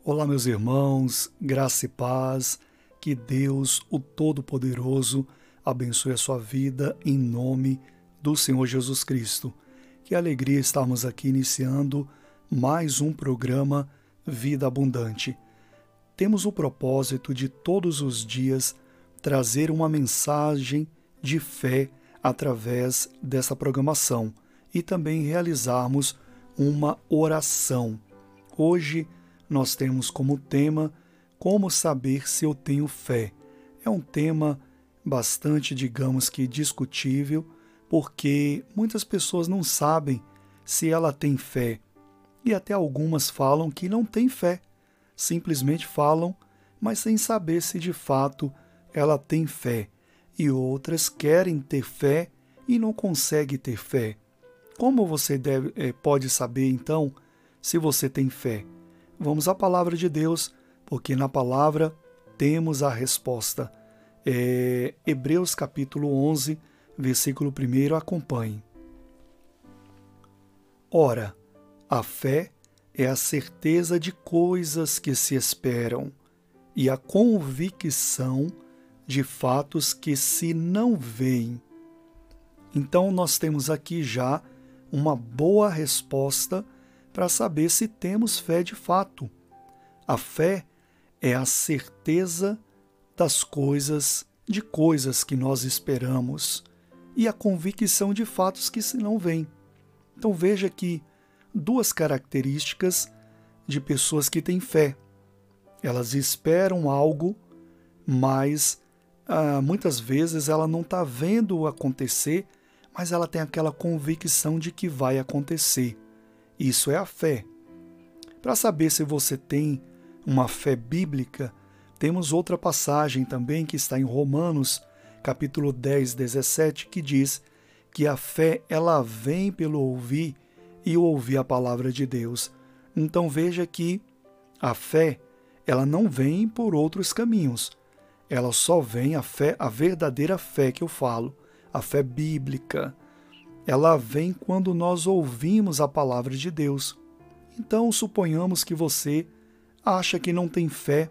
Olá, meus irmãos, graça e paz, que Deus, o Todo-Poderoso, abençoe a sua vida em nome do Senhor Jesus Cristo. Que alegria estarmos aqui iniciando mais um programa Vida Abundante. Temos o propósito de todos os dias trazer uma mensagem de fé através dessa programação e também realizarmos uma oração. Hoje nós temos como tema como saber se eu tenho fé. É um tema bastante, digamos que discutível, porque muitas pessoas não sabem se ela tem fé. E até algumas falam que não tem fé. Simplesmente falam, mas sem saber se de fato ela tem fé. E outras querem ter fé e não conseguem ter fé. Como você pode saber, então, se você tem fé? Vamos à palavra de Deus, porque na palavra temos a resposta. Hebreus capítulo 11, versículo 1, acompanhe. Ora, a fé é a certeza de coisas que se esperam e a convicção de fatos que se não veem. Então nós temos aqui já uma boa resposta para saber se temos fé de fato. A fé é a certeza das coisas, de coisas que nós esperamos, e a convicção de fatos que se não veem. Então veja aqui duas características de pessoas que têm fé. Elas esperam algo, mas muitas vezes ela não está vendo acontecer, mas ela tem aquela convicção de que vai acontecer. Isso é a fé. Para saber se você tem uma fé bíblica, temos outra passagem também que está em Romanos, capítulo 10, 17, que diz que a fé ela vem pelo ouvir e ouvir a palavra de Deus. Então veja que a fé ela não vem por outros caminhos. Ela só vem, a verdadeira fé que eu falo, a fé bíblica. Ela vem quando nós ouvimos a palavra de Deus. Então, suponhamos que você acha que não tem fé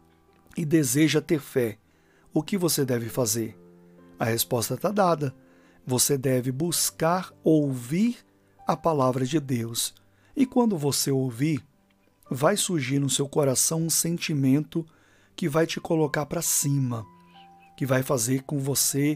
e deseja ter fé. O que você deve fazer? A resposta está dada. Você deve buscar ouvir a palavra de Deus. E quando você ouvir, vai surgir no seu coração um sentimento que vai te colocar para cima, que vai fazer com você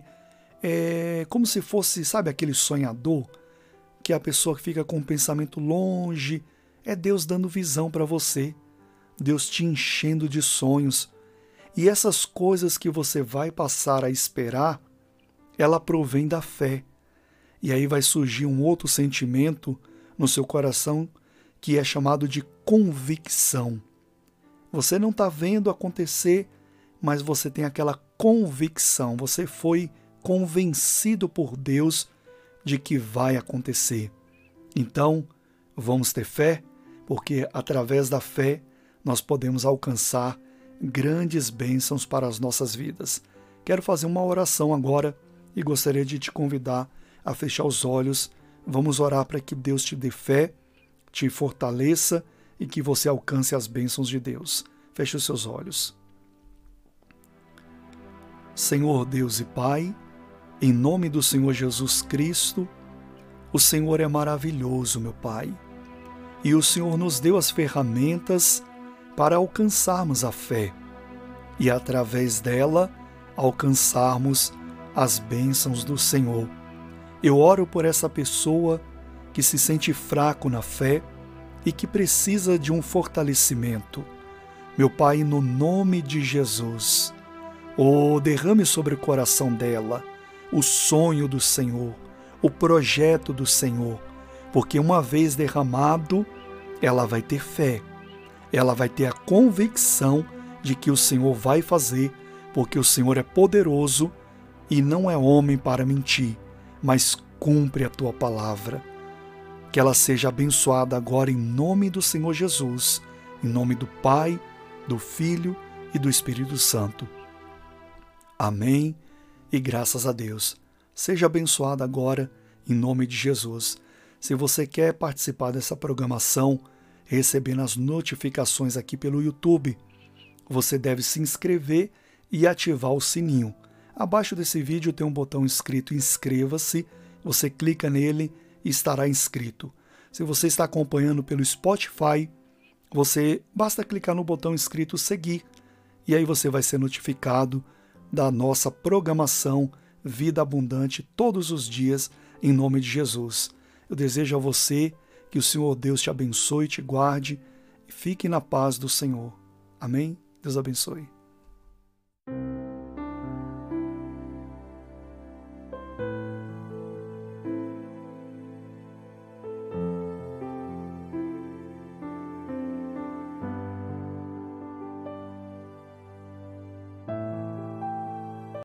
como se fosse, sabe, aquele sonhador, que a pessoa fica com o pensamento longe, é Deus dando visão para você, Deus te enchendo de sonhos. E essas coisas que você vai passar a esperar, ela provém da fé. E aí vai surgir um outro sentimento no seu coração que é chamado de convicção. Você não está vendo acontecer, mas você tem aquela convicção, você foi convencido por Deus de que vai acontecer. Então, vamos ter fé, porque através da fé nós podemos alcançar grandes bênçãos para as nossas vidas. Quero fazer uma oração agora e gostaria de te convidar a fechar os olhos. Vamos orar para que Deus te dê fé, te fortaleça e que você alcance as bênçãos de Deus. Feche os seus olhos. Senhor Deus e Pai, em nome do Senhor Jesus Cristo, o Senhor é maravilhoso, meu Pai, e o Senhor nos deu as ferramentas para alcançarmos a fé e, através dela, alcançarmos as bênçãos do Senhor. Eu oro por essa pessoa que se sente fraco na fé e que precisa de um fortalecimento. Meu Pai, no nome de Jesus, derrame sobre o coração dela o sonho do Senhor, o projeto do Senhor, porque uma vez derramado, ela vai ter fé, ela vai ter a convicção de que o Senhor vai fazer, porque o Senhor é poderoso e não é homem para mentir, mas cumpre a tua palavra. Que ela seja abençoada agora em nome do Senhor Jesus, em nome do Pai, do Filho e do Espírito Santo. Amém. E graças a Deus. Seja abençoado agora, em nome de Jesus. Se você quer participar dessa programação, recebendo as notificações aqui pelo YouTube. Você deve se inscrever e ativar o sininho. Abaixo desse vídeo tem um botão escrito inscreva-se, você clica nele e estará inscrito. Se você está acompanhando pelo Spotify, você basta clicar no botão escrito seguir e aí você vai ser notificado da nossa programação Vida Abundante todos os dias, em nome de Jesus. Eu desejo a você que o Senhor Deus te abençoe e te guarde e fique na paz do Senhor. Amém? Deus abençoe.